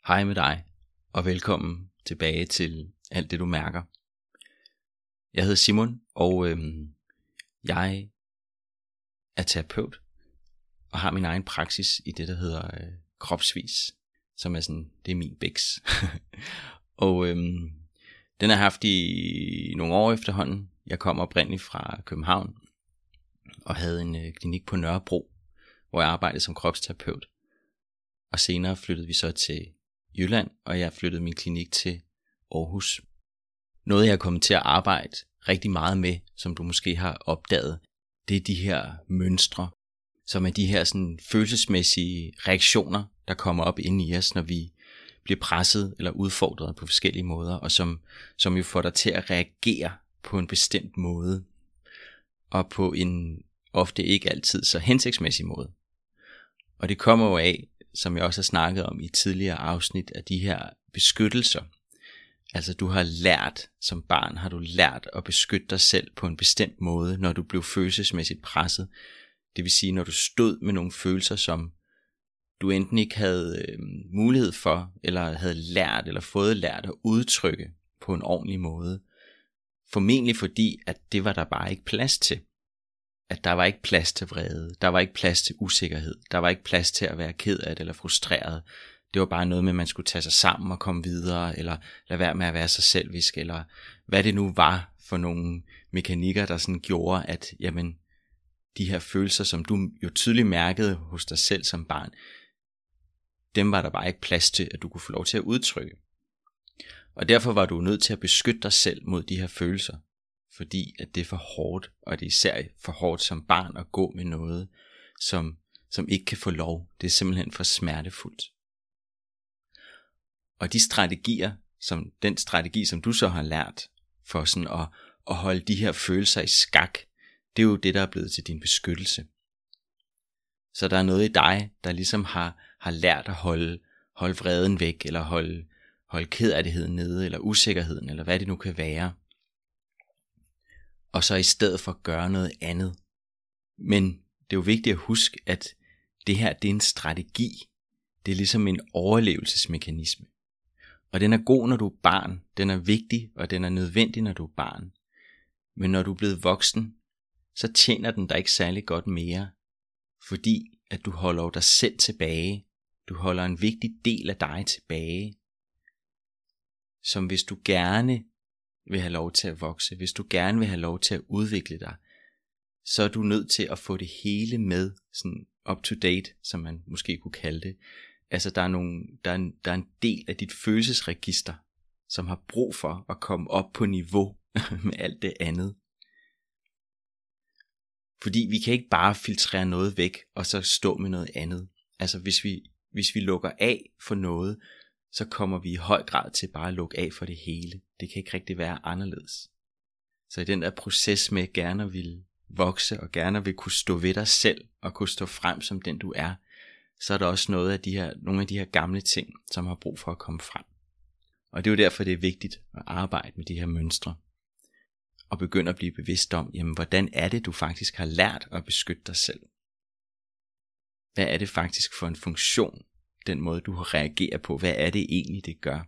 Hej med dig, og velkommen tilbage til Alt det du mærker. Jeg hedder Simon, og jeg er terapeut, og har min egen praksis i det, der hedder kropsvis, som er sådan, det er min biks. Og den har jeg haft i nogle år efterhånden. Jeg kom oprindeligt fra København, og havde en klinik på Nørrebro, hvor jeg arbejdede som kropsterapeut. Og senere flyttede vi så til Jylland, og jeg flyttede min klinik til Aarhus. Noget jeg er kommet til at arbejde rigtig meget med, som du måske har opdaget, det er de her mønstre, som er de her sådan følelsesmæssige reaktioner, der kommer op inde i os, når vi bliver presset eller udfordret på forskellige måder, og som jo får dig til at reagere på en bestemt måde, og på en ofte ikke altid så hensigtsmæssig måde. Og det kommer jo af, som jeg også har snakket om i tidligere afsnit, af de her beskyttelser. Altså du har lært, som barn har du lært at beskytte dig selv på en bestemt måde, når du blev følelsesmæssigt presset. Det vil sige, når du stod med nogle følelser, som du enten ikke havde mulighed for, eller havde lært, eller fået lært at udtrykke på en ordentlig måde. Formentlig fordi, at det var der bare ikke plads til. At der var ikke plads til vrede, der var ikke plads til usikkerhed, der var ikke plads til at være ked af det eller frustreret. Det var bare noget med, at man skulle tage sig sammen og komme videre, eller lade være med at være sig selvisk, eller hvad det nu var for nogle mekanikker, der sådan gjorde, at jamen, de her følelser, som du jo tydeligt mærkede hos dig selv som barn, dem var der bare ikke plads til, at du kunne få lov til at udtrykke. Og derfor var du nødt til at beskytte dig selv mod de her følelser. Fordi at det er for hårdt, og det er især for hårdt som barn at gå med noget, som ikke kan få lov. Det er simpelthen for smertefuldt. Og de strategier, den strategi, som du så har lært for sådan at holde de her følelser i skak, det er jo det, der er blevet til din beskyttelse. Så der er noget i dig, der ligesom har lært at holde vreden væk, eller holde kedsomheden nede, eller usikkerheden, eller hvad det nu kan være. Og så i stedet for at gøre noget andet. Men det er jo vigtigt at huske, at det her, det er en strategi. Det er ligesom en overlevelsesmekanisme. Og den er god, når du er barn. Den er vigtig, og den er nødvendig, når du er barn. Men når du er blevet voksen, så tjener den dig ikke særlig godt mere. Fordi at du holder dig selv tilbage. Du holder en vigtig del af dig tilbage. Som hvis du gerne vil have lov til at vokse, hvis du gerne vil have lov til at udvikle dig, så er du nødt til at få det hele med, sådan up to date, som man måske kunne kalde det. Altså der er en del af dit følelsesregister, som har brug for at komme op på niveau med alt det andet. Fordi vi kan ikke bare filtrere noget væk, og så stå med noget andet. Altså hvis vi lukker af for noget, så kommer vi i høj grad til bare at lukke af for det hele. Det kan ikke rigtig være anderledes. Så i den der proces med gerne at ville vokse, og gerne vil kunne stå ved dig selv, og kunne stå frem som den du er, så er der også nogle af de her gamle ting, som har brug for at komme frem. Og det er jo derfor, det er vigtigt at arbejde med de her mønstre, og begynde at blive bevidst om, jamen hvordan er det, du faktisk har lært at beskytte dig selv? Hvad er det faktisk for en funktion, den måde du reagerer på? Hvad er det egentlig, det gør?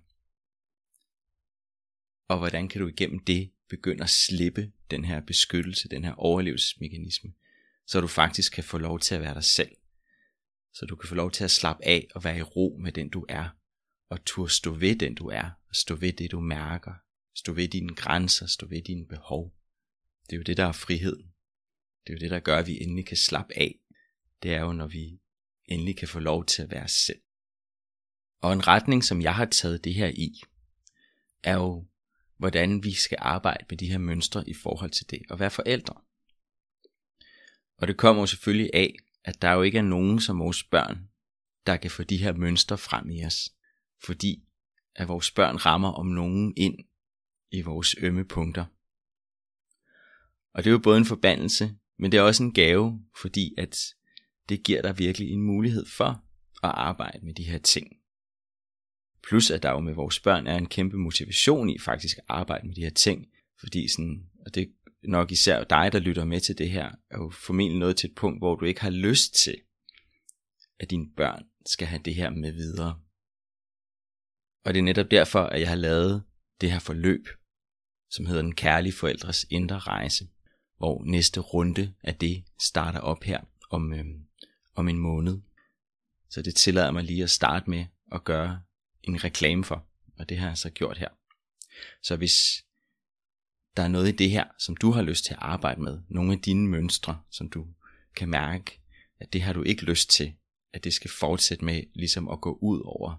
Og hvordan kan du igennem det begynde at slippe den her beskyttelse, den her overlevelsesmekanisme, så du faktisk kan få lov til at være dig selv. Så du kan få lov til at slappe af og være i ro med den du er, og turde stå ved den du er, og stå ved det du mærker, stå ved dine grænser, stå ved dine behov. Det er jo det, der er friheden. Det er jo det, der gør, at vi endelig kan slappe af. Det er jo, når vi endelig kan få lov til at være os selv. Og en retning, som jeg har taget det her i, er jo, hvordan vi skal arbejde med de her mønstre i forhold til det at være forældre. Og det kommer jo selvfølgelig af, at der jo ikke er nogen som vores børn, der kan få de her mønstre frem i os. Fordi at vores børn rammer om nogen ind i vores ømme punkter. Og det er jo både en forbandelse, men det er også en gave, fordi at det giver dig virkelig en mulighed for at arbejde med de her ting. Plus at der jo med vores børn er en kæmpe motivation i faktisk at arbejde med de her ting. Fordi sådan, og det er nok især dig, der lytter med til det her, er jo formentlig nået til et punkt, hvor du ikke har lyst til, at dine børn skal have det her med videre. Og det er netop derfor, at jeg har lavet det her forløb, som hedder Den Kærlige Forældres Indre Rejse, hvor næste runde af det starter op her om en måned. Så det tillader mig lige at starte med at gøre en reklame for, og det har jeg så gjort her. Så hvis der er noget i det her, som du har lyst til at arbejde med, nogle af dine mønstre, som du kan mærke, at det har du ikke lyst til, at det skal fortsætte med ligesom at gå ud over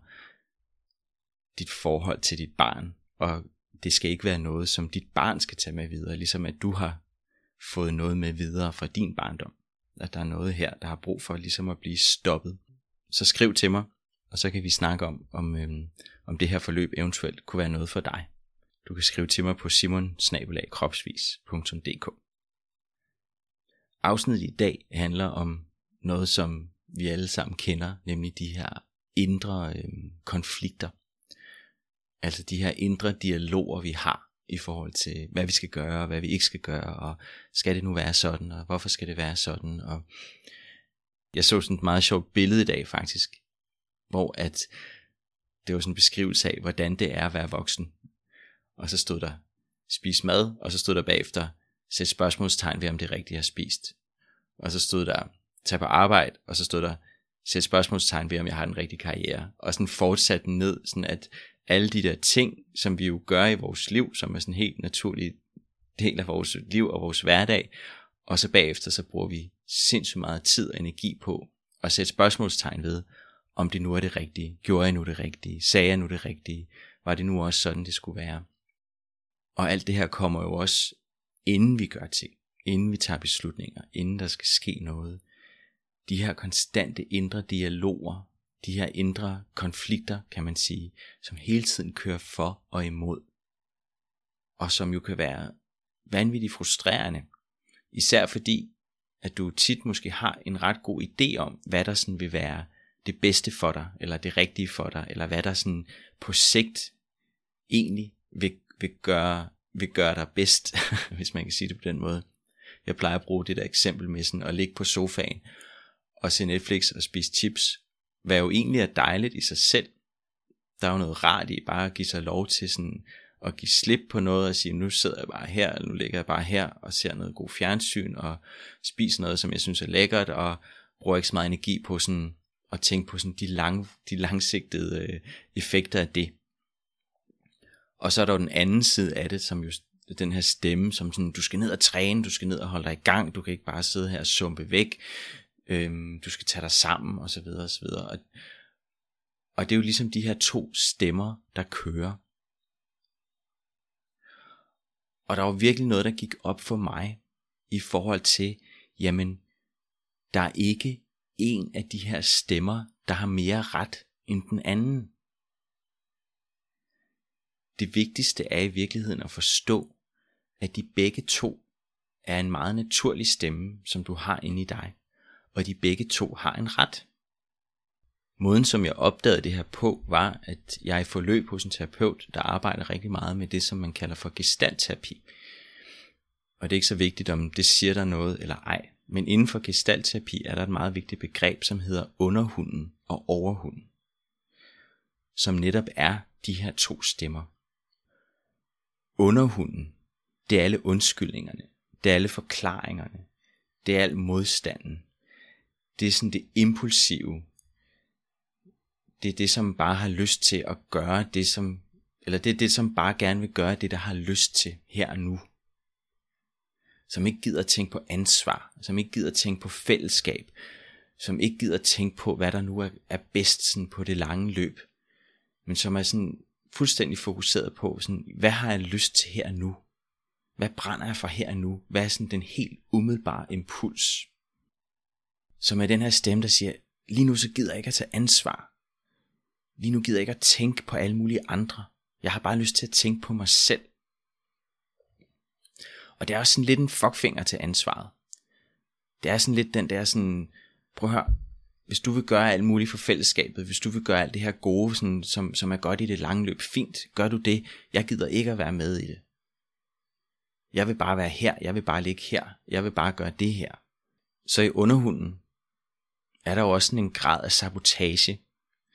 dit forhold til dit barn, og det skal ikke være noget, som dit barn skal tage med videre, ligesom at du har fået noget med videre fra din barndom. At der er noget her, der har brug for ligesom at blive stoppet. Så skriv til mig, og så kan vi snakke om det her forløb eventuelt kunne være noget for dig. Du kan skrive til mig på simon@kropsvis.dk. Afsnittet i dag handler om noget, som vi alle sammen kender, nemlig de her indre konflikter. Altså de her indre dialoger, vi har i forhold til, hvad vi skal gøre, og hvad vi ikke skal gøre, og skal det nu være sådan, og hvorfor skal det være sådan. Og jeg så sådan et meget sjovt billede i dag faktisk, hvor at det var sådan en beskrivelse af, hvordan det er at være voksen. Og så stod der, spis mad, og så stod der bagefter, sæt spørgsmålstegn ved, om det er rigtigt, jeg har spist. Og så stod der, tag på arbejde, og så stod der, sæt spørgsmålstegn ved, om jeg har den rigtige karriere. Og sådan fortsat den ned, sådan at alle de der ting, som vi jo gør i vores liv, som er sådan en helt naturlig del af vores liv og vores hverdag, og så bagefter så bruger vi sindssygt meget tid og energi på at sætte spørgsmålstegn ved, om det nu er det rigtige. Gjorde jeg nu det rigtige? Sagde jeg nu det rigtige? Var det nu også sådan, det skulle være? Og alt det her kommer jo også, inden vi gør ting, inden vi tager beslutninger, inden der skal ske noget. De her konstante indre dialoger, de her indre konflikter, kan man sige, som hele tiden kører for og imod. Og som jo kan være vanvittigt frustrerende. Især fordi, at du tit måske har en ret god idé om, hvad der sådan vil være det bedste for dig, eller det rigtige for dig, eller hvad der sådan på sigt egentlig vil gøre dig bedst, hvis man kan sige det på den måde. Jeg plejer at bruge det der eksempel med sådan at ligge på sofaen og se Netflix og spise chips, hvad jo egentlig er dejligt i sig selv. Der er jo noget rart i bare at give sig lov til sådan at give slip på noget og sige, nu sidder jeg bare her, eller nu ligger jeg bare her og ser noget god fjernsyn og spiser noget, som jeg synes er lækkert, og bruger ikke så meget energi på sådan at tænke på sådan de langsigtede effekter af det. Og så er der jo den anden side af det, som jo den her stemme, som sådan, du skal ned og træne, du skal ned og holde dig i gang, du kan ikke bare sidde her og sumpe væk, du skal tage dig sammen, og så videre, og så videre. Og det er jo ligesom de her to stemmer, der kører. Og der var virkelig noget, der gik op for mig, i forhold til, jamen, der er ikke en af de her stemmer, der har mere ret end den anden. Det vigtigste er i virkeligheden at forstå, at de begge to er en meget naturlig stemme, som du har inde i dig, og de begge to har en ret. Måden som jeg opdagede det her på, var at jeg er i forløb hos en terapeut, der arbejder rigtig meget med det, som man kalder for gestaltterapi. Og det er ikke så vigtigt, om det siger der noget eller ej, men inden for gestaltterapi er der et meget vigtigt begreb, som hedder underhunden og overhunden, som netop er de her to stemmer. Underhunden, det er alle undskyldningerne, det er alle forklaringerne, det er al modstanden. Det er sådan det impulsive. Det er det, som bare har lyst til at gøre det, eller det er det, som bare gerne vil gøre det, der har lyst til her og nu. Som ikke gider at tænke på ansvar, som ikke gider at tænke på fællesskab, som ikke gider at tænke på, hvad der nu er bedst sådan på det lange løb, men som er sådan fuldstændig fokuseret på, sådan, hvad har jeg lyst til her og nu? Hvad brænder jeg for her og nu? Hvad er sådan den helt umiddelbare impuls? Som er den her stemme, der siger, lige nu så gider jeg ikke at tage ansvar. Lige nu gider jeg ikke at tænke på alle mulige andre. Jeg har bare lyst til at tænke på mig selv. Og det er også sådan lidt en fuckfinger til ansvaret. Det er sådan lidt den der sådan, prøv at høre, hvis du vil gøre alt muligt for fællesskabet, hvis du vil gøre alt det her gode, sådan, som er godt i det lange løb, fint, gør du det. Jeg gider ikke at være med i det. Jeg vil bare være her, jeg vil bare ligge her, jeg vil bare gøre det her. Så i underhunden er der jo også sådan en grad af sabotage.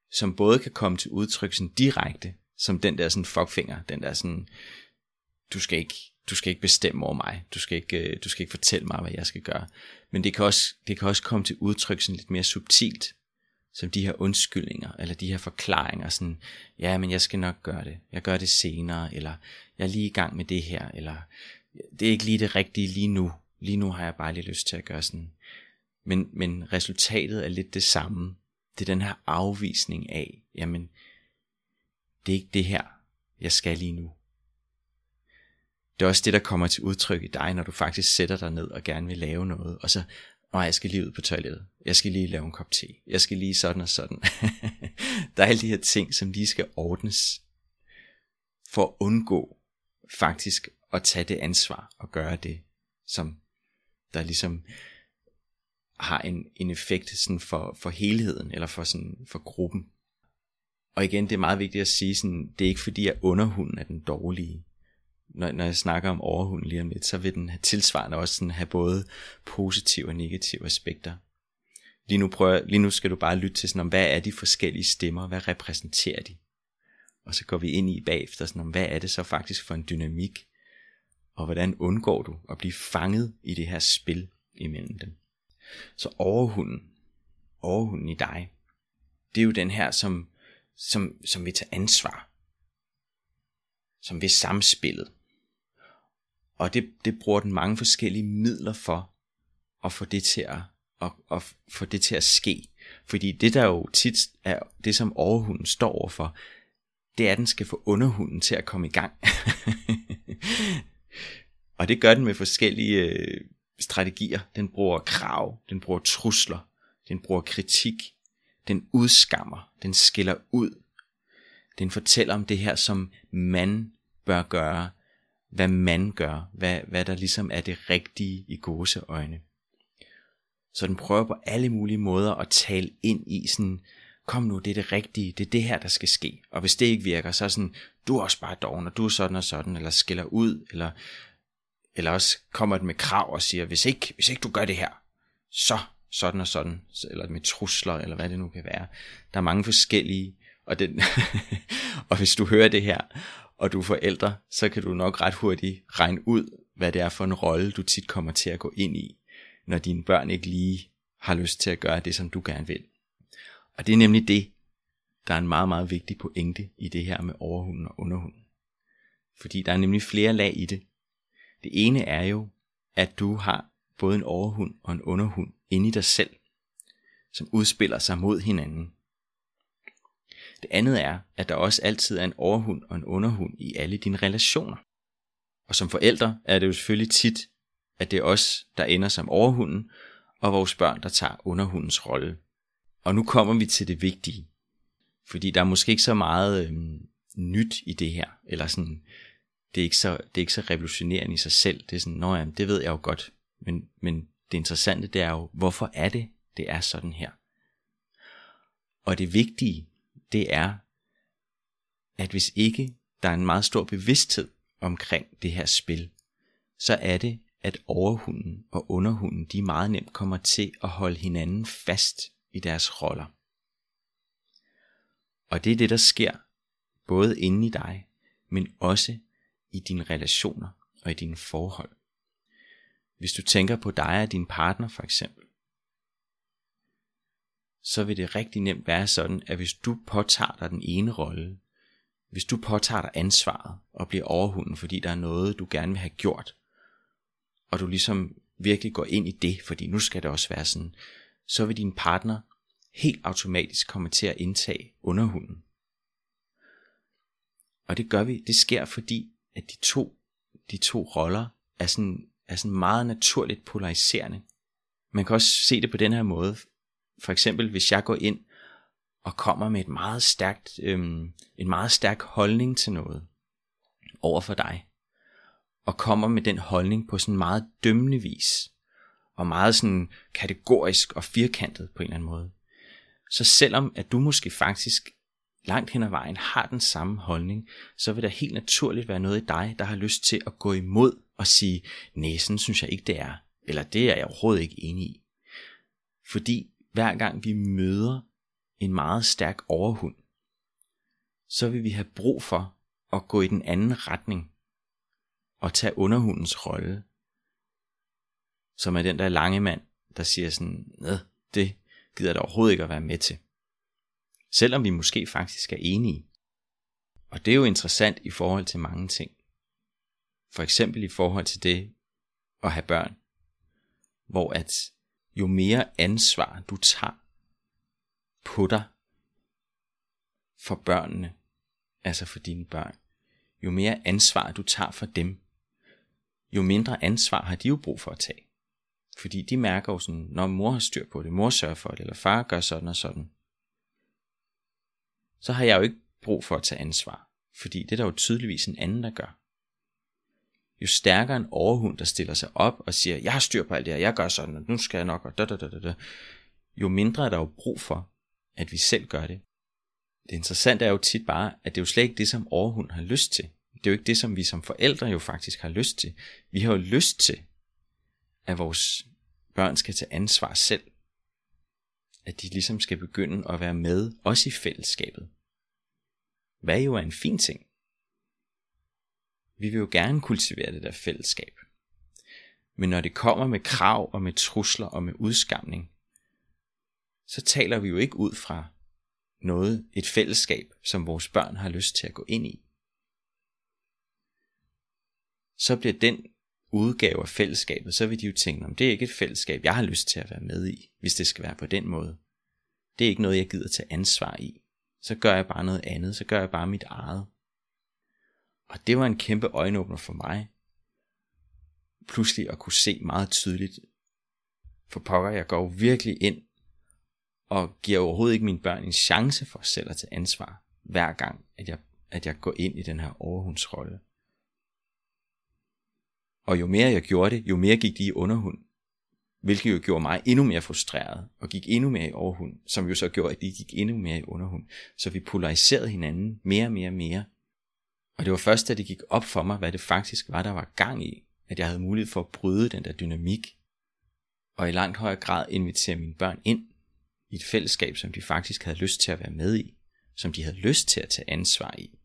som både kan komme til udtryk sådan direkte, som den der sådan fuckfinger, den der sådan, du skal ikke bestemme over mig, du skal ikke fortælle mig, hvad jeg skal gøre. Men det kan også komme til udtryk sådan lidt mere subtilt, som de her undskyldninger, eller de her forklaringer, sådan, ja, men jeg skal nok gøre det, jeg gør det senere, eller jeg er lige i gang med det her, eller det er ikke lige det rigtige lige nu har jeg bare lige lyst til at gøre sådan. Men resultatet er lidt det samme. Det er den her afvisning af, jamen, det er ikke det her, jeg skal lige nu. Det er også det, der kommer til udtryk i dig, når du faktisk sætter dig ned og gerne vil lave noget, og så, jeg skal lige ud på toilettet, jeg skal lige lave en kop te, jeg skal lige sådan og sådan. Der er alle de her ting, som lige skal ordnes, for at undgå faktisk at tage det ansvar og gøre det, som der ligesom har en effekt sådan for helheden, eller for gruppen. Og igen, det er meget vigtigt at sige, sådan, det er ikke fordi, at underhunden er den dårlige. Når jeg snakker om overhunden lige om lidt, så vil den tilsvarende også sådan have både positive og negative aspekter. Lige nu skal du bare lytte til, sådan, om hvad er de forskellige stemmer, hvad repræsenterer de? Og så går vi ind i bagefter, sådan, om hvad er det så faktisk for en dynamik, og hvordan undgår du at blive fanget i det her spil imellem dem. Så overhunden i dig, det er jo den her, som vil tage ansvar, som vil samspillet. Og det bruger den mange forskellige midler for at få det til at ske. Fordi det der jo tit er det, som overhunden står overfor, det er, at den skal få underhunden til at komme i gang. Og det gør den med forskellige strategier. Den bruger krav, den bruger trusler, den bruger kritik, den udskammer, den skiller ud. Den fortæller om det her, som man bør gøre, hvad man gør, hvad der ligesom er det rigtige i gåseøjne. Så den prøver på alle mulige måder at tale ind i sådan, kom nu, det er det rigtige, det er det her, der skal ske. Og hvis det ikke virker, så er sådan, du er også bare doven, og du er sådan og sådan, eller skiller ud, eller også kommer den med krav og siger, hvis ikke du gør det her, så sådan og sådan, eller med trusler, eller hvad det nu kan være. Der er mange forskellige, og hvis du hører det her, og du er forældre, så kan du nok ret hurtigt regne ud, hvad det er for en rolle, du tit kommer til at gå ind i, når dine børn ikke lige har lyst til at gøre det, som du gerne vil. Og det er nemlig det, der er en meget, meget vigtig pointe i det her med overhunden og underhunden. Fordi der er nemlig flere lag i det. Det ene er jo, at du har både en overhund og en underhund inde i dig selv, som udspiller sig mod hinanden. Det andet er, at der også altid er en overhund og en underhund i alle dine relationer. Og som forældre er det jo selvfølgelig tit, at det er os, der ender som overhunden, og vores børn, der tager underhundens rolle. Og nu kommer vi til det vigtige, fordi der er måske ikke så meget nyt i det her, eller sådan, det er ikke så revolutionerende i sig selv. Det er sådan, det ved jeg jo godt, men det interessante, det er jo, hvorfor er det er sådan her? Og det vigtige, det er, at hvis ikke der er en meget stor bevidsthed omkring det her spil, så er det, at overhunden og underhunden, de meget nemt kommer til at holde hinanden fast i deres roller. Og det er det, der sker, både inde i dig, men også i dine relationer og i dine forhold. Hvis du tænker på dig og din partner for eksempel, så vil det rigtig nemt være sådan, at hvis du påtager dig den ene rolle, hvis du påtager dig ansvaret og bliver overhunden, fordi der er noget, du gerne vil have gjort, og du ligesom virkelig går ind i det, fordi nu skal det også være sådan, så vil din partner helt automatisk komme til at indtage underhunden. Og det sker fordi, at de to roller er sådan meget naturligt polariserende. Man kan også se det på den her måde. For eksempel, hvis jeg går ind og kommer med en meget stærk holdning til noget over for dig, og kommer med den holdning på sådan meget dømmende vis, og meget sådan kategorisk og firkantet på en eller anden måde, så selvom at du måske faktisk langt hen ad vejen har den samme holdning, så vil der helt naturligt være noget i dig, der har lyst til at gå imod og sige, nej, sådan synes jeg ikke det er, eller det er jeg overhovedet ikke enig i. Fordi hver gang vi møder en meget stærk overhund, så vil vi have brug for at gå i den anden retning og tage underhundens rolle, som er den der lange mand, der siger sådan, det gider jeg overhovedet ikke at være med til. Selvom vi måske faktisk er enige. Og det er jo interessant i forhold til mange ting. For eksempel i forhold til det at have børn, hvor at jo mere ansvar du tager på dig for børnene, altså for dine børn, jo mere ansvar du tager for dem, jo mindre ansvar har de jo brug for at tage. Fordi de mærker jo sådan, når mor har styr på det, mor sørger for det, eller far gør sådan og sådan, så har jeg jo ikke brug for at tage ansvar, fordi det er der jo tydeligvis en anden, der gør. Jo stærkere en overhund, der stiller sig op og siger, jeg har styr på alt det her, jeg gør sådan, og nu skal jeg nok, og jo mindre er der jo brug for, at vi selv gør det. Det interessante er jo tit bare, at det er jo slet ikke det, som overhunden har lyst til. Det er jo ikke det, som vi som forældre jo faktisk har lyst til. Vi har jo lyst til, at vores børn skal tage ansvar selv. At de ligesom skal begynde at være med, også i fællesskabet. Hvad jo er en fin ting. Vi vil jo gerne kultivere det der fællesskab. Men når det kommer med krav og med trusler og med udskamning, så taler vi jo ikke ud fra et fællesskab, som vores børn har lyst til at gå ind i. Så bliver den udgave af fællesskabet, så vil de jo tænke, om det er ikke et fællesskab, jeg har lyst til at være med i, hvis det skal være på den måde. Det er ikke noget, jeg gider tage ansvar i. Så gør jeg bare noget andet, så gør jeg bare mit eget. Og det var en kæmpe øjenåbner for mig. Pludselig at kunne se meget tydeligt, for pokker, jeg går virkelig ind og giver overhovedet ikke mine børn en chance for selv at tage ansvar, hver gang, at jeg går ind i den her overhundsrolle. Og jo mere jeg gjorde det, jo mere gik de i underhund, hvilket jo gjorde mig endnu mere frustreret, og gik endnu mere i overhund, som jo så gjorde, at de gik endnu mere i underhund. Så vi polariserede hinanden mere. Og det var først, da det gik op for mig, hvad det faktisk var, der var gang i, at jeg havde mulighed for at bryde den der dynamik, og i langt højere grad invitere mine børn ind i et fællesskab, som de faktisk havde lyst til at være med i, som de havde lyst til at tage ansvar i.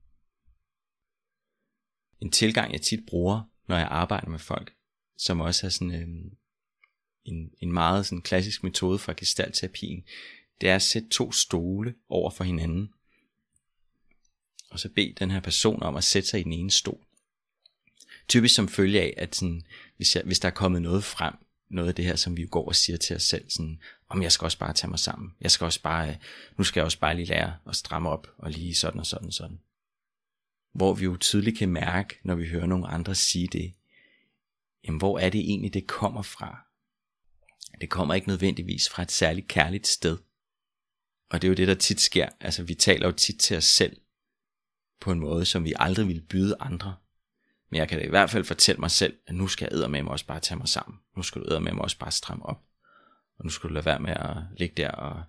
En tilgang, jeg tit bruger, når jeg arbejder med folk, som også er sådan en meget sådan klassisk metode fra gestaltterapien, det er at sætte 2 stole over for hinanden, og så bede den her person om at sætte sig i den ene stol. Typisk som følge af, at sådan, hvis der er kommet noget frem, noget af det her, som vi jo går og siger til os selv, sådan, jeg skal også bare tage mig sammen. Nu skal jeg også bare lige lære at stramme op, og lige sådan og sådan og sådan. Hvor vi jo tydeligt kan mærke, når vi hører nogle andre sige det, jamen hvor er det egentlig, det kommer fra? Det kommer ikke nødvendigvis fra et særligt kærligt sted. Og det er jo det, der tit sker. Altså vi taler jo tit til os selv, på en måde, som vi aldrig ville byde andre. Men jeg kan da i hvert fald fortælle mig selv, at nu skal jeg eddermame også bare tage mig sammen. Nu skal du eddermame også bare stramme op. Og nu skal du lade være med at ligge der og,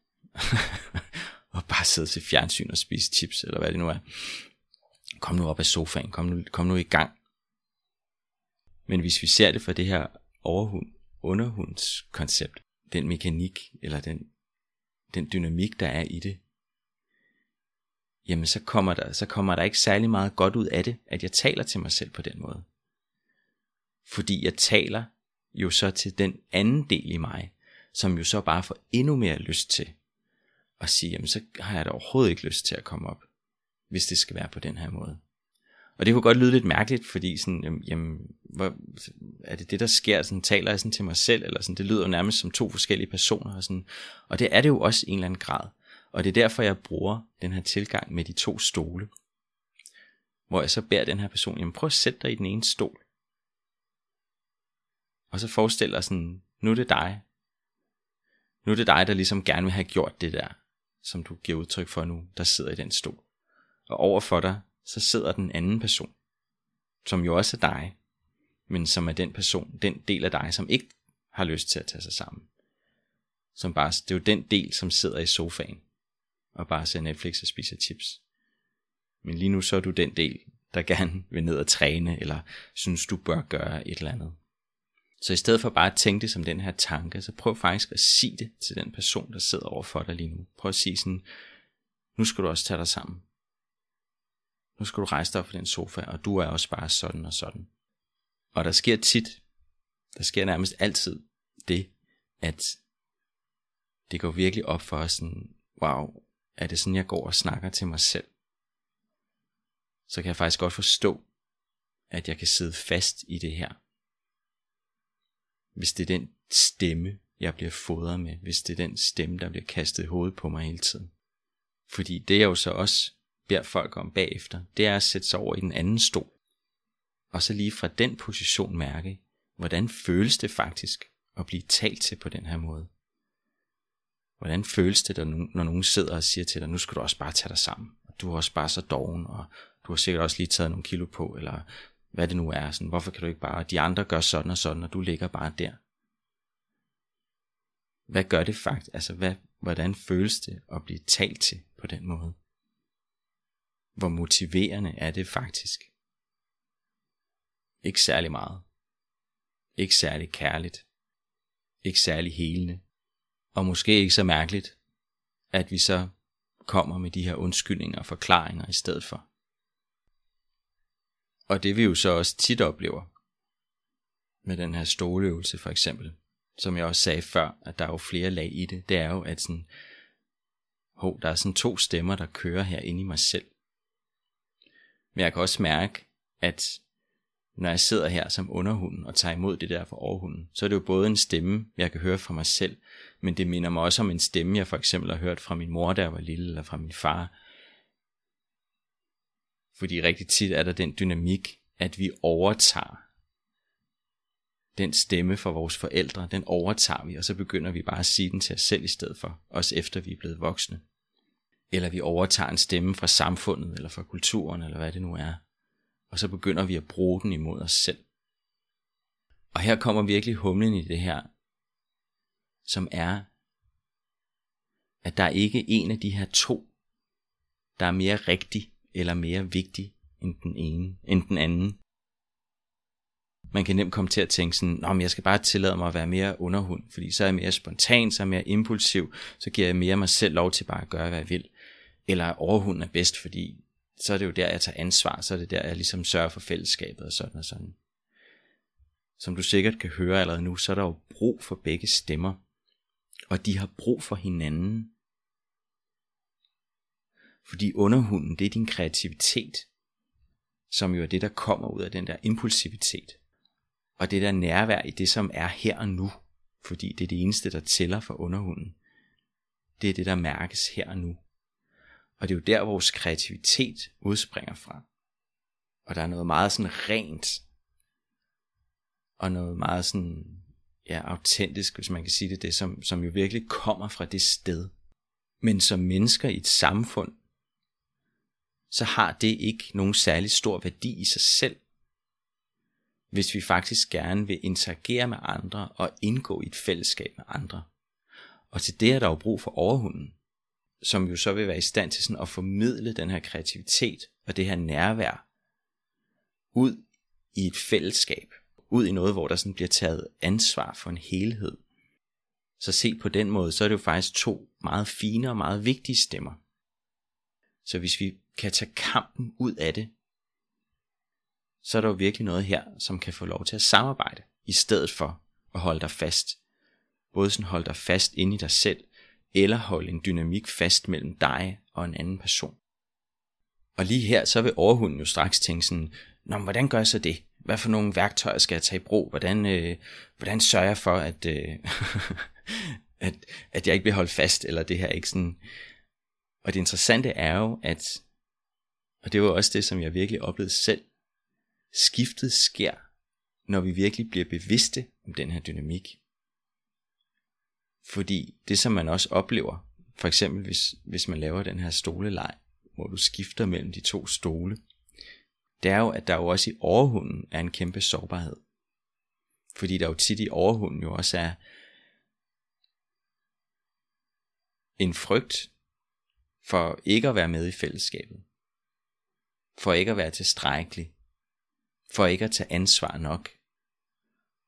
og bare sidde til fjernsyn og spise chips, eller hvad det nu er. Kom nu op af sofaen, kom nu i gang. Men hvis vi ser det fra det her underhundskoncept, den mekanik, eller den dynamik, der er i det, jamen så kommer der ikke særlig meget godt ud af det, at jeg taler til mig selv på den måde. Fordi jeg taler jo så til den anden del i mig, som jo så bare får endnu mere lyst til at sige, jamen så har jeg da overhovedet ikke lyst til at komme op, hvis det skal være på den her måde. Og det kunne godt lyde lidt mærkeligt, fordi sådan, jamen, er det der sker, sådan, taler jeg sådan til mig selv, eller sådan, det lyder jo nærmest som 2 forskellige personer, og, sådan, og det er det jo også i en eller anden grad. Og det er derfor, jeg bruger den her tilgang med de 2 stole, hvor jeg så beder den her person, jamen prøv at sætte dig i den ene stol, og så forestil dig sådan, nu er det dig, der ligesom gerne vil have gjort det der, som du giver udtryk for nu, der sidder i den stol. Og overfor dig, så sidder den anden person, som jo også er dig, men som er den del af dig, som ikke har lyst til at tage sig sammen. Det er jo den del, som sidder i sofaen, og bare ser Netflix og spiser chips. Men lige nu så er du den del, der gerne vil ned og træne, eller synes du bør gøre et eller andet. Så i stedet for bare at tænke det som den her tanke, så prøv faktisk at sige det til den person, der sidder overfor dig lige nu. Prøv at sige sådan, nu skal du også tage dig sammen. Nu skal du rejse dig op fra den sofa, og du er også bare sådan og sådan. Og der sker nærmest altid det, at det går virkelig op for os sådan, wow, er det sådan jeg går og snakker til mig selv? Så kan jeg faktisk godt forstå, at jeg kan sidde fast i det her. Hvis det er den stemme, jeg bliver fodret med, hvis det er den stemme, der bliver kastet i hovedet på mig hele tiden. Fordi det jeg jo så også beder folk om bagefter, det er at sætte sig over i den anden stol. Og så lige fra den position mærke, hvordan føles det faktisk at blive talt til på den her måde? Hvordan føles det, når nogen sidder og siger til dig, nu skal du også bare tage dig sammen, og du er også bare så doven, og du har sikkert også lige taget nogle kilo på, eller hvad det nu er, sådan, hvorfor kan du ikke bare, de andre gør sådan og sådan, og du ligger bare der. Hvad gør det faktisk, altså hvordan føles det at blive talt til på den måde? Hvor motiverende er det faktisk? Ikke særlig meget. Ikke særlig kærligt. Ikke særlig helende. Og måske ikke så mærkeligt, at vi så kommer med de her undskyldninger og forklaringer i stedet for. Og det vi jo så også tit oplever med den her stoleøvelse for eksempel, som jeg også sagde før, at der er jo flere lag i det, det er jo at sådan, der er sådan 2 stemmer, der kører her inde i mig selv. Men jeg kan også mærke, at når jeg sidder her som underhunden og tager imod det der fra overhunden, så er det jo både en stemme, jeg kan høre fra mig selv, men det minder mig også om en stemme, jeg for eksempel har hørt fra min mor, da jeg var lille, eller fra min far. Fordi rigtig tit er der den dynamik, at vi overtager den stemme fra vores forældre, den overtager vi, og så begynder vi bare at sige den til os selv i stedet for, også efter vi er blevet voksne. Eller vi overtager en stemme fra samfundet, eller fra kulturen, eller hvad det nu er. Og så begynder vi at bruge den imod os selv. Og her kommer virkelig humlen i det her, som er, at der ikke er en af de her 2, der er mere rigtig eller mere vigtig end den anden. Man kan nemt komme til at tænke sådan, men jeg skal bare tillade mig at være mere underhund, fordi så er jeg mere spontan, så er jeg mere impulsiv, så giver jeg mere mig selv lov til bare at gøre, hvad jeg vil. Eller overhunden er bedst, fordi så er det jo der, jeg tager ansvar, så er det der, jeg ligesom sørger for fællesskabet og sådan og sådan. Som du sikkert kan høre allerede nu, så er der jo brug for begge stemmer, og de har brug for hinanden. Fordi underhunden, det er din kreativitet, som jo er det, der kommer ud af den der impulsivitet. Og det der nærvær i det, som er her og nu, fordi det er det eneste, der tæller for underhunden. Det er det, der mærkes her og nu. Og det er jo der, vores kreativitet udspringer fra. Og der er noget meget sådan rent, og noget meget sådan, autentisk, hvis man kan sige det, som jo virkelig kommer fra det sted. Men som mennesker i et samfund, så har det ikke nogen særlig stor værdi i sig selv, hvis vi faktisk gerne vil interagere med andre og indgå i et fællesskab med andre. Og til det er der jo brug for overhunden, som jo så vil være i stand til sådan at formidle den her kreativitet og det her nærvær ud i et fællesskab, ud i noget, hvor der sådan bliver taget ansvar for en helhed. Så se på den måde, så er det jo faktisk 2 meget fine og meget vigtige stemmer. Så hvis vi kan tage kampen ud af det, så er der jo virkelig noget her, som kan få lov til at samarbejde, i stedet for at holde dig fast. Både sådan holde dig fast inde i dig selv, eller holde en dynamik fast mellem dig og en anden person. Og lige her, så vil overhunden jo straks tænke sådan, hvordan gør jeg så det? Hvad for nogle værktøjer skal jeg tage i brug? Hvordan sørger jeg for, at jeg ikke bliver holdt fast, eller det her ikke sådan. Og det interessante er jo, og det var også det, som jeg virkelig oplevede selv, skiftet sker, når vi virkelig bliver bevidste om den her dynamik. Fordi det, som man også oplever, for eksempel hvis man laver den her stoleleg, hvor du skifter mellem de 2 stole, det er jo, at der jo også i overhunden er en kæmpe sårbarhed. Fordi der jo tit i overhunden jo også er en frygt for ikke at være med i fællesskabet. For ikke at være tilstrækkelig. For ikke at tage ansvar nok.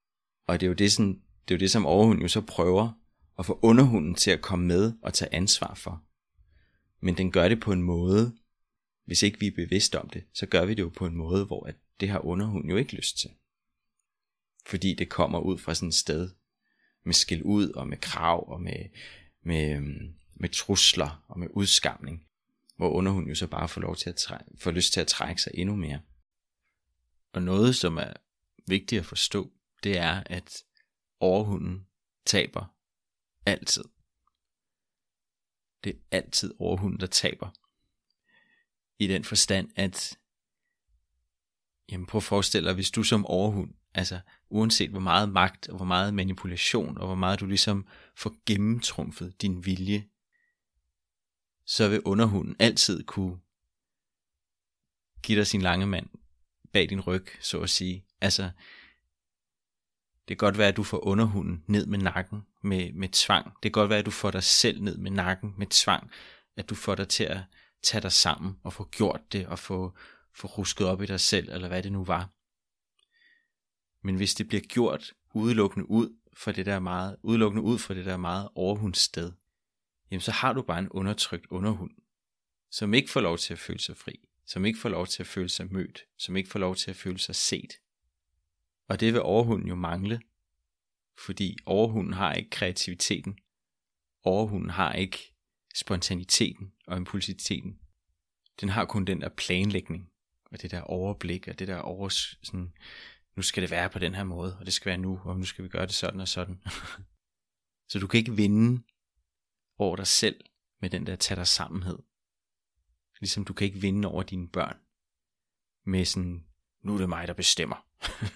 Og det er jo det, som overhunden jo så prøver at få underhunden til at komme med og tage ansvar for. Men den gør det på en måde, hvis ikke vi er bevidst om det, så gør vi det jo på en måde, hvor at det har underhunden jo ikke lyst til. Fordi det kommer ud fra sådan et sted med skæld ud og med krav og med trusler og med udskamning, hvor underhunden jo så bare får lyst til at trække sig endnu mere. Og noget, som er vigtigt at forstå, det er, at overhunden taber altid. Det er altid overhunden, der taber. I den forstand, at prøv at forestille dig, hvis du som overhund, altså uanset hvor meget magt og hvor meget manipulation og hvor meget du ligesom får gennemtrumfet din vilje, så vil underhunden altid kunne give dig sin lange mand bag din ryg, så at sige. Altså, det kan godt være, at du får underhunden ned med nakken med tvang. Det kan godt være, at du får dig selv ned med nakken med tvang. At du får dig til at tage dig sammen og få gjort det og få rusket op i dig selv, eller hvad det nu var. Men hvis det bliver gjort udelukkende ud fra det der meget overhundssted, jamen så har du bare en undertrykt underhund, som ikke får lov til at føle sig fri, som ikke får lov til at føle sig mødt, som ikke får lov til at føle sig set. Og det vil overhunden jo mangle, fordi overhunden har ikke kreativiteten, overhunden har ikke spontaniteten og impulsiviteten. Den har kun den der planlægning, og det der overblik, og det der sådan, nu skal det være på den her måde, og det skal være nu, og nu skal vi gøre det sådan og sådan. Så du kan ikke vinde over dig selv med den der tage dig sammenhed. Ligesom du kan ikke vinde over dine børn med sådan, nu er det mig, der bestemmer.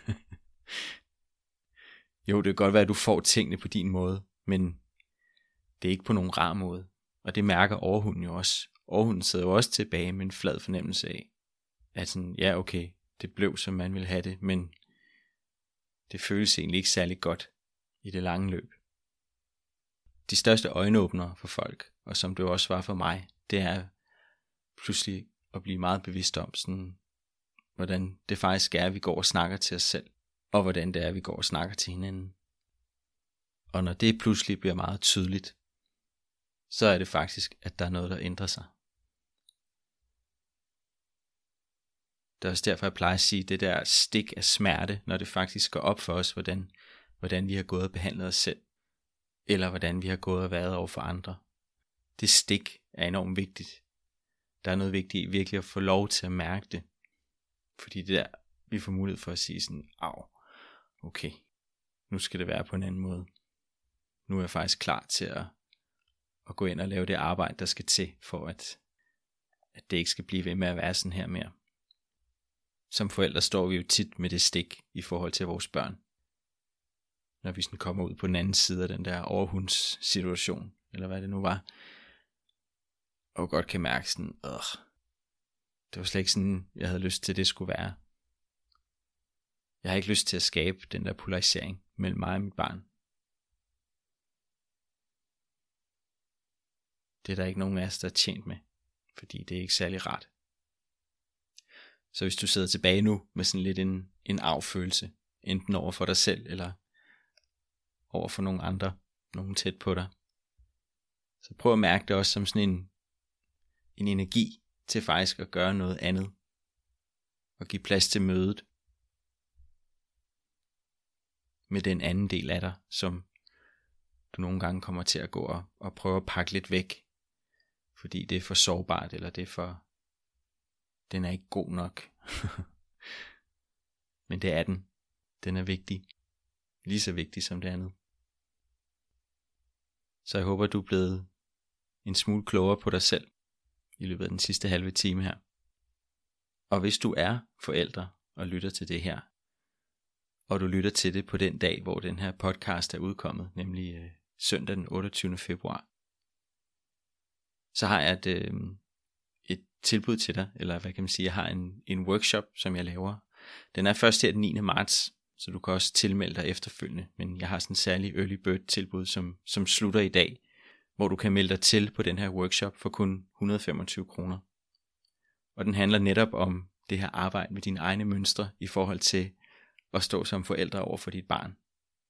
Jo, det kan godt være, at du får tingene på din måde, men det er ikke på nogen rar måde. Og det mærker overhunden jo også. Overhunden sidder jo også tilbage med en flad fornemmelse af, at sådan, ja okay, det blev som man ville have det, men det føles egentlig ikke særlig godt i det lange løb. De største øjenåbnere for folk, og som det også var for mig, det er pludselig at blive meget bevidst om, sådan, hvordan det faktisk er, at vi går og snakker til os selv, og hvordan det er, at vi går og snakker til hinanden. Og når det pludselig bliver meget tydeligt, så er det faktisk, at der er noget, der ændrer sig. Det er også derfor, jeg plejer at sige, det der stik af smerte, når det faktisk går op for os, hvordan vi har gået og behandlet os selv, eller hvordan vi har gået og været over for andre. Det stik er enormt vigtigt. Der er noget vigtigt i virkelig at få lov til at mærke det. Fordi det der, vi får mulighed for at sige sådan, okay, nu skal det være på en anden måde. Nu er jeg faktisk klar til at gå ind og lave det arbejde, der skal til, for at det ikke skal blive ved med at være sådan her mere. Som forældre står vi jo tit med det stik i forhold til vores børn. Når vi sådan kommer ud på den anden side af den der overhundssituation, eller hvad det nu var. Og godt kan mærke sådan, det var slet ikke sådan, jeg havde lyst til, det skulle være. Jeg har ikke lyst til at skabe den der polarisering mellem mig og mit barn. Det er der ikke nogen af os, der er tjent med, fordi det er ikke særlig rart. Så hvis du sidder tilbage nu med sådan lidt en affølelse, enten over for dig selv, eller over for nogle andre, nogen tæt på dig, så prøv at mærke det også som sådan en energi til faktisk at gøre noget andet, og give plads til mødet med den anden del af dig, som du nogle gange kommer til at gå og prøve at pakke lidt væk, fordi det er for sårbart, eller den er ikke god nok. Men det er den. Den er vigtig. Lige så vigtig som det andet. Så jeg håber, du er blevet en smule klogere på dig selv i løbet af den sidste halve time her. Og hvis du er forældre og lytter til det her, og du lytter til det på den dag, hvor den her podcast er udkommet, nemlig søndag den 28. februar, så har jeg et tilbud til dig, eller hvad kan man sige, jeg har en workshop, som jeg laver. Den er først her den 9. marts, så du kan også tilmelde dig efterfølgende, men jeg har sådan en særlig early bird tilbud, som slutter i dag, hvor du kan melde dig til på den her workshop for kun 125 kroner. Og den handler netop om det her arbejde med dine egne mønstre i forhold til at stå som forældre over for dit barn.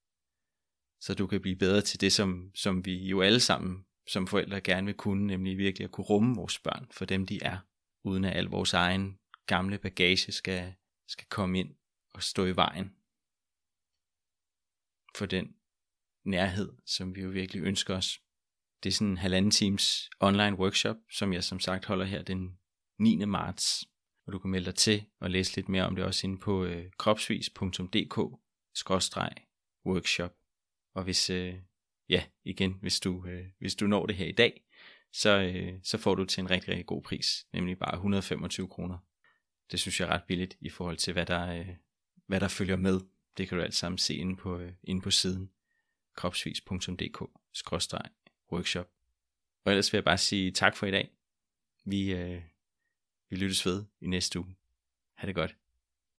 så du kan blive bedre til det, som vi jo alle sammen som forældre gerne vil kunne, nemlig virkelig at kunne rumme vores børn for dem, de er, uden at al vores egen gamle bagage skal komme ind og stå i vejen for den nærhed, som vi jo virkelig ønsker os. Det er sådan en 1,5 times online workshop, som jeg som sagt holder her den 9. marts, og du kan melde dig til og læse lidt mere om det også inde på kropsvis.dk/workshop. Og hvis du når det her i dag, så får du til en rigtig, rigtig god pris, nemlig bare 125 kroner. Det synes jeg er ret billigt i forhold til, hvad der følger med. Det kan du alt sammen se inde på siden kropsvis.dk/workshop. Og ellers vil jeg bare sige tak for i dag. Vi lyttes ved i næste uge. Ha' det godt.